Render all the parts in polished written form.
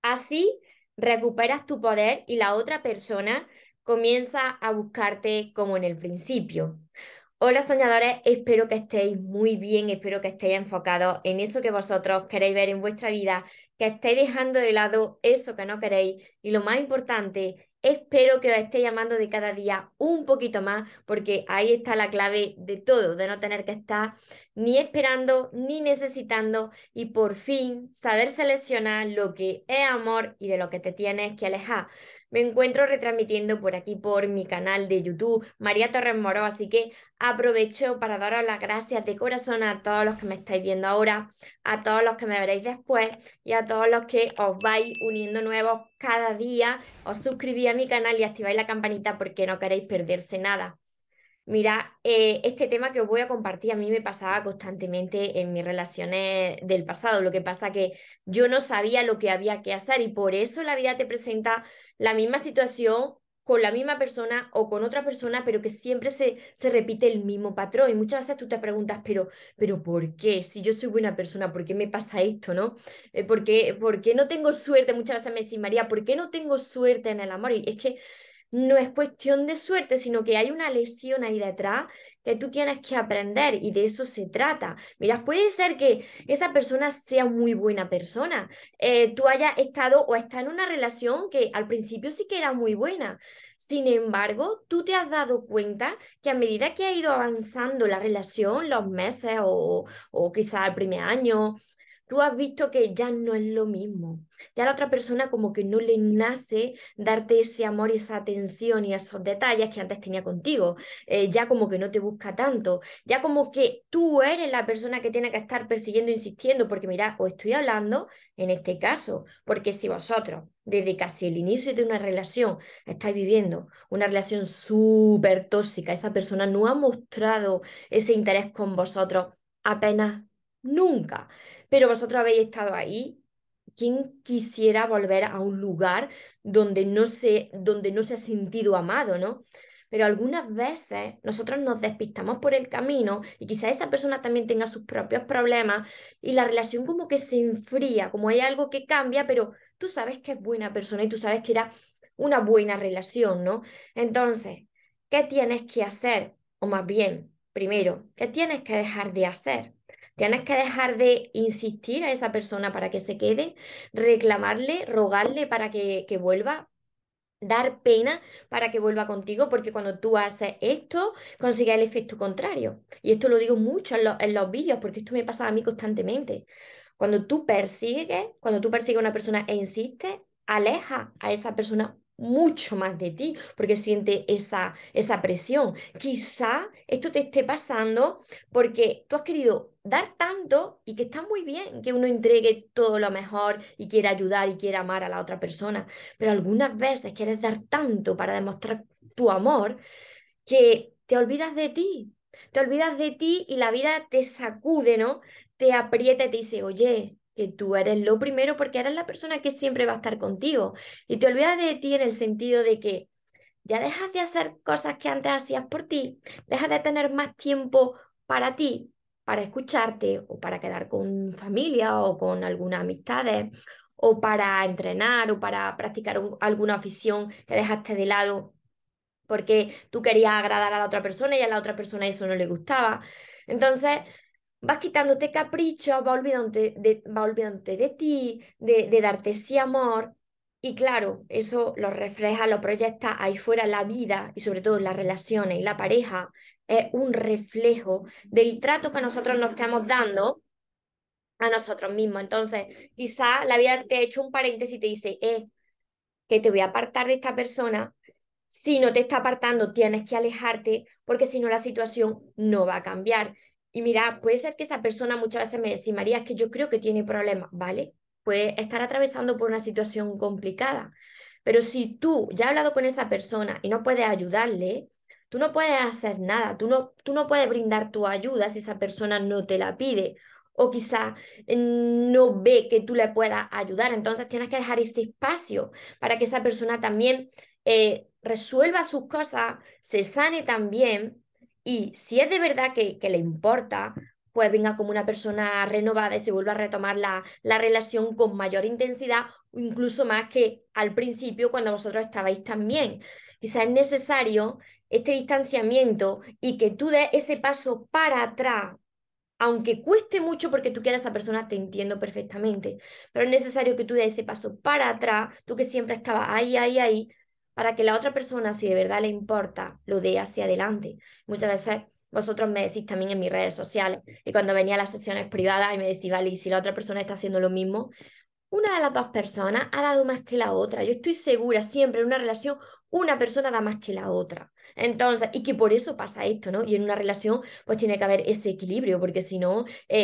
Así recuperas tu poder y la otra persona comienza a buscarte como en el principio. Hola soñadores, espero que estéis muy bien, espero que estéis enfocados en eso que vosotros queréis ver en vuestra vida, que estéis dejando de lado eso que no queréis y lo más importante, espero que os estéis llamando de cada día un poquito más porque ahí está la clave de todo, de no tener que estar ni esperando ni necesitando y por fin saber seleccionar lo que es amor y de lo que te tienes que alejar. Me encuentro retransmitiendo por aquí por mi canal de YouTube, María Torres Moro, así que aprovecho para daros las gracias de corazón a todos los que me estáis viendo ahora, a todos los que me veréis después y a todos los que os vais uniendo nuevos cada día. Os suscribís a mi canal y activáis la campanita porque no queréis perderse nada. Mira, este tema que os voy a compartir a mí me pasaba constantemente en mis relaciones del pasado. Lo que pasa que yo no sabía lo que había que hacer y por eso la vida te presenta la misma situación con la misma persona o con otra persona, pero que siempre se repite el mismo patrón. Y muchas veces tú te preguntas, pero ¿por qué? Si yo soy buena persona, ¿por qué me pasa esto, no? Por qué no tengo suerte? Muchas veces me decís, María, ¿por qué no tengo suerte en el amor? Y es que no es cuestión de suerte, sino que hay una lesión ahí detrás que tú tienes que aprender y de eso se trata. Mira, puede ser que esa persona sea muy buena persona, tú hayas estado o estás en una relación que al principio sí que era muy buena. Sin embargo, tú te has dado cuenta que a medida que ha ido avanzando la relación, los meses o quizás el primer año, tú has visto que ya no es lo mismo. Ya a la otra persona como que no le nace darte ese amor y esa atención y esos detalles que antes tenía contigo. Ya como que no te busca tanto, ya como que tú eres la persona que tiene que estar persiguiendo, insistiendo, porque mira, os estoy hablando en este caso, porque si vosotros desde casi el inicio de una relación estáis viviendo una relación súper tóxica, esa persona no ha mostrado ese interés con vosotros apenas nunca, pero vosotros habéis estado ahí. ¿Quién quisiera volver a un lugar donde no se ha sentido amado, ¿no? Pero algunas veces nosotros nos despistamos por el camino y quizás esa persona también tenga sus propios problemas y la relación como que se enfría, como hay algo que cambia, pero tú sabes que es buena persona y tú sabes que era una buena relación, ¿no? Entonces, ¿qué tienes que hacer? O más bien, primero, ¿qué tienes que dejar de hacer? Tienes que dejar de insistir a esa persona para que se quede, reclamarle, rogarle para que vuelva, dar pena para que vuelva contigo, porque cuando tú haces esto, consigues el efecto contrario. Y esto lo digo mucho en los vídeos, porque esto me pasa a mí constantemente. Cuando tú persigues a una persona e insistes, aleja a esa persona mucho más de ti, porque siente esa presión. Quizá esto te esté pasando porque tú has querido dar tanto y que está muy bien que uno entregue todo lo mejor y quiera ayudar y quiera amar a la otra persona, pero algunas veces quieres dar tanto para demostrar tu amor que te olvidas de ti y la vida te sacude, ¿no? Te aprieta y te dice, oye, que tú eres lo primero porque eres la persona que siempre va a estar contigo. Y te olvidas de ti en el sentido de que ya dejas de hacer cosas que antes hacías por ti, dejas de tener más tiempo para ti, para escucharte o para quedar con familia o con algunas amistades o para entrenar o para practicar alguna afición que dejaste de lado porque tú querías agradar a la otra persona y a la otra persona eso no le gustaba. Entonces, vas quitándote caprichos, vas olvidándote de ti, de darte ese amor. Y claro, eso lo refleja, lo proyecta ahí fuera en la vida y sobre todo en las relaciones y la pareja. Es un reflejo del trato que nosotros nos estamos dando a nosotros mismos. Entonces, quizá la vida te ha hecho un paréntesis y te dice, que te voy a apartar de esta persona. Si no te está apartando, tienes que alejarte porque si no la situación no va a cambiar. Y mira, puede ser que esa persona muchas veces me dice, María, es que yo creo que tiene problemas, ¿vale? Puede estar atravesando por una situación complicada. Pero si tú ya has hablado con esa persona y no puedes ayudarle, tú no puedes hacer nada, tú no puedes brindar tu ayuda si esa persona no te la pide o quizá no ve que tú le puedas ayudar. Entonces tienes que dejar ese espacio para que esa persona también resuelva sus cosas, se sane también y si es de verdad que le importa, pues venga como una persona renovada y se vuelva a retomar la relación con mayor intensidad, o incluso más que al principio cuando vosotros estabais tan bien. Quizás es necesario este distanciamiento y que tú des ese paso para atrás, aunque cueste mucho porque tú quieras a esa persona, te entiendo perfectamente, pero es necesario que tú des ese paso para atrás, tú que siempre estabas ahí, ahí, ahí, para que la otra persona, si de verdad le importa, lo dé hacia adelante. Muchas veces vosotros me decís también en mis redes sociales, y cuando venía a las sesiones privadas y me decís, vale, y si la otra persona está haciendo lo mismo, una de las dos personas ha dado más que la otra. Yo estoy segura, siempre en una relación, una persona da más que la otra. Entonces, y que por eso pasa esto, ¿no? Y en una relación, pues tiene que haber ese equilibrio, porque si no,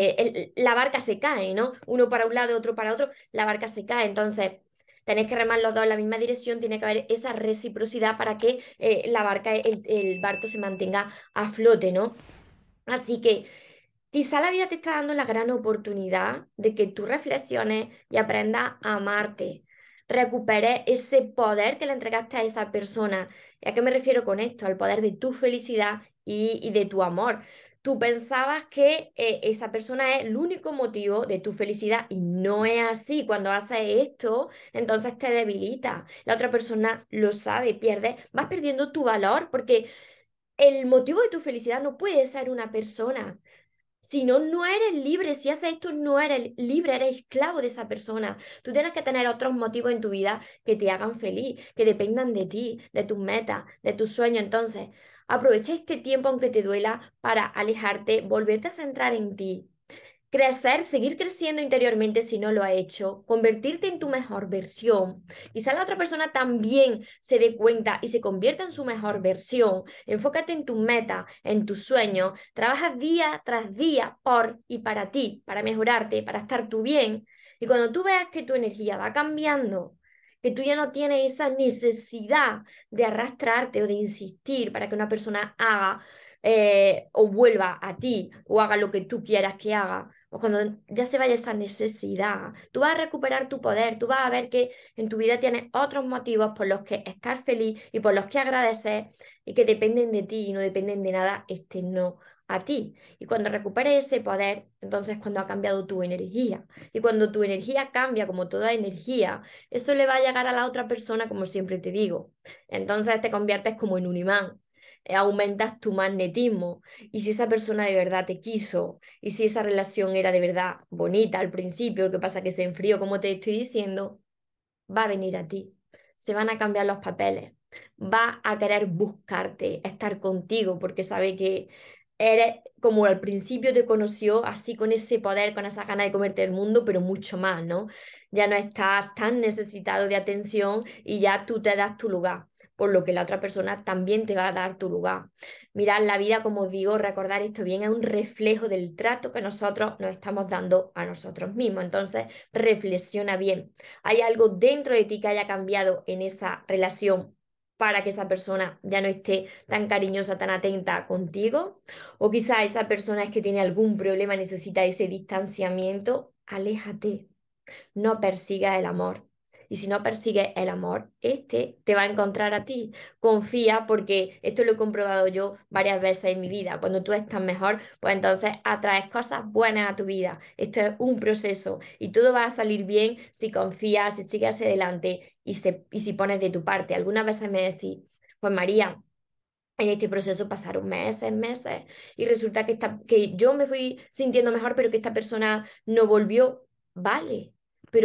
la barca se cae, ¿no? Uno para un lado, otro para otro, la barca se cae. Entonces, tenéis que remar los dos en la misma dirección, tiene que haber esa reciprocidad para que la barca, el barco se mantenga a flote, ¿no? Así que quizá la vida te está dando la gran oportunidad de que tú reflexiones y aprendas a amarte, recuperes ese poder que le entregaste a esa persona. ¿Y a qué me refiero con esto? Al poder de tu felicidad y de tu amor. Tú pensabas que esa persona es el único motivo de tu felicidad y no es así. Cuando haces esto, entonces te debilita. La otra persona lo sabe, pierde, vas perdiendo tu valor porque el motivo de tu felicidad no puede ser una persona. Si no, no eres libre. Si haces esto, no eres libre, eres esclavo de esa persona. Tú tienes que tener otros motivos en tu vida que te hagan feliz, que dependan de ti, de tus metas, de tus sueños. Entonces, aprovecha este tiempo, aunque te duela, para alejarte, volverte a centrar en ti. Crecer, seguir creciendo interiormente si no lo ha hecho, convertirte en tu mejor versión. Quizá la otra persona también se dé cuenta y se convierta en su mejor versión. Enfócate en tu meta, en tus sueños. Trabaja día tras día por y para ti, para mejorarte, para estar tú bien. Y cuando tú veas que tu energía va cambiando, que tú ya no tienes esa necesidad de arrastrarte o de insistir para que una persona haga o vuelva a ti o haga lo que tú quieras que haga, o cuando ya se vaya esa necesidad, tú vas a recuperar tu poder, tú vas a ver que en tu vida tienes otros motivos por los que estar feliz y por los que agradecer y que dependen de ti y no dependen de nada externo a ti. Y cuando recuperes ese poder, entonces cuando ha cambiado tu energía. Y cuando tu energía cambia, como toda energía, eso le va a llegar a la otra persona, como siempre te digo. Entonces te conviertes como en un imán. Aumentas tu magnetismo y si esa persona de verdad te quiso y si esa relación era de verdad bonita al principio, lo que pasa que se enfrió, como te estoy diciendo, va a venir a ti. Se van a cambiar los papeles. Va a querer buscarte, estar contigo, porque sabe que eres como al principio te conoció, así con ese poder, con esa ganas de comerte el mundo, pero mucho más, ¿no? Ya no estás tan necesitado de atención y ya tú te das tu lugar, por lo que la otra persona también te va a dar tu lugar. Mirad la vida, como os digo, recordar esto bien, es un reflejo del trato que nosotros nos estamos dando a nosotros mismos. Entonces, reflexiona bien. ¿Hay algo dentro de ti que haya cambiado en esa relación para que esa persona ya no esté tan cariñosa, tan atenta contigo? O quizá esa persona es que tiene algún problema, necesita ese distanciamiento. Aléjate, no persigas el amor. Y si no persigues el amor, este te va a encontrar a ti. Confía porque esto lo he comprobado yo varias veces en mi vida. Cuando tú estás mejor, pues entonces atraes cosas buenas a tu vida. Esto es un proceso y todo va a salir bien si confías, si sigues hacia adelante y si pones de tu parte. Algunas veces me decís, pues María, en este proceso pasaron meses, meses, y resulta que yo me fui sintiendo mejor, pero que esta persona no volvió. Vale, pero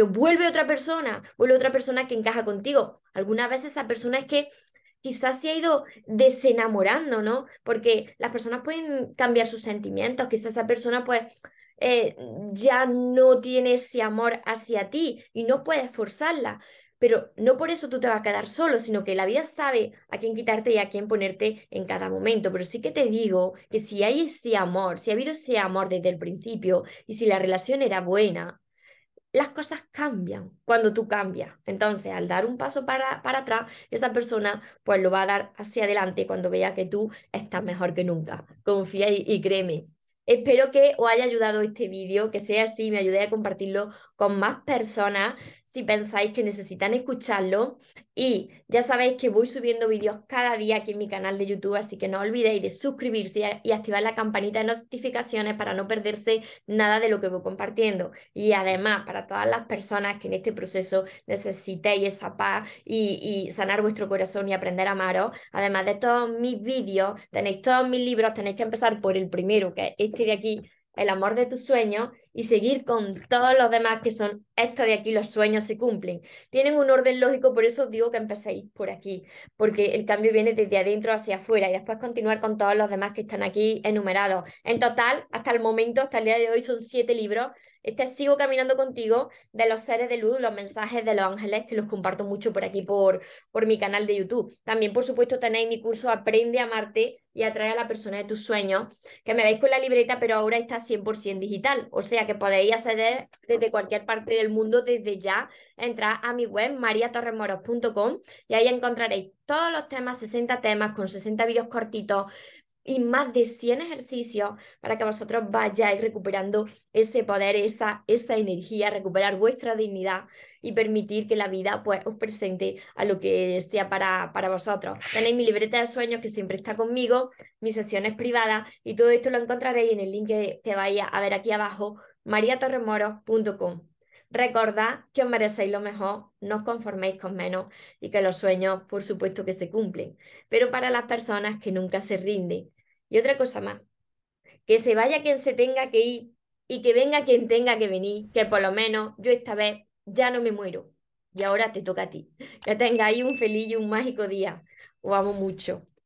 vuelve otra persona que encaja contigo. Algunas veces esa persona es que quizás se ha ido desenamorando, ¿no? Porque las personas pueden cambiar sus sentimientos, quizás esa persona pues eh, ya no tiene ese amor hacia ti y no puedes forzarla. Pero no por eso tú te vas a quedar solo, sino que la vida sabe a quién quitarte y a quién ponerte en cada momento. Pero sí que te digo que si hay ese amor, si ha habido ese amor desde el principio y si la relación era buena, las cosas cambian cuando tú cambias. Entonces, al dar un paso para atrás, esa persona pues lo va a dar hacia adelante cuando vea que tú estás mejor que nunca. Confía y créeme. Espero que os haya ayudado este vídeo, que sea así, me ayudé a compartirlo con más personas. si pensáis que necesitan escucharlo. Y ya sabéis que voy subiendo vídeos cada día aquí en mi canal de YouTube, así que no olvidéis de suscribirse y activar la campanita de notificaciones para no perderse nada de lo que voy compartiendo. Y además, para todas las personas que en este proceso necesitéis esa paz y sanar vuestro corazón y aprender a amaros, además de todos mis vídeos, tenéis todos mis libros, tenéis que empezar por el primero, que es este de aquí, El amor de tus sueños, y seguir con todos los demás que son estos de aquí, Los sueños se cumplen. Tienen un orden lógico, por eso os digo que empecéis por aquí, porque el cambio viene desde adentro hacia afuera y después continuar con todos los demás que están aquí enumerados. En total, hasta el momento, hasta el día de hoy, son 7 libros. Este Sigo caminando contigo, de los seres de luz, los mensajes de los ángeles, que los comparto mucho por aquí, por mi canal de YouTube. También, por supuesto, tenéis mi curso Aprende a amarte y atrae a la persona de tus sueños, que me veis con la libreta, pero ahora está 100% digital. O sea que podéis acceder desde cualquier parte del mundo desde ya. Entrad a mi web mariatorremoros.com y ahí encontraréis todos los temas, 60 temas con 60 vídeos cortitos y más de 100 ejercicios para que vosotros vayáis recuperando ese poder, esa energía, recuperar vuestra dignidad y permitir que la vida pues os presente a lo que sea para vosotros. Tenéis mi libreta de sueños que siempre está conmigo, mis sesiones privadas y todo esto lo encontraréis en el link que vais a ver aquí abajo, mariatorremoros.com. Recordad que os merecéis lo mejor, no os conforméis con menos y que los sueños, por supuesto que se cumplen, pero para las personas que nunca se rinden. Y otra cosa más, que se vaya quien se tenga que ir y que venga quien tenga que venir, que por lo menos yo esta vez ya no me muero. Y ahora te toca a ti. Que tengáis un feliz y un mágico día. Os amo mucho.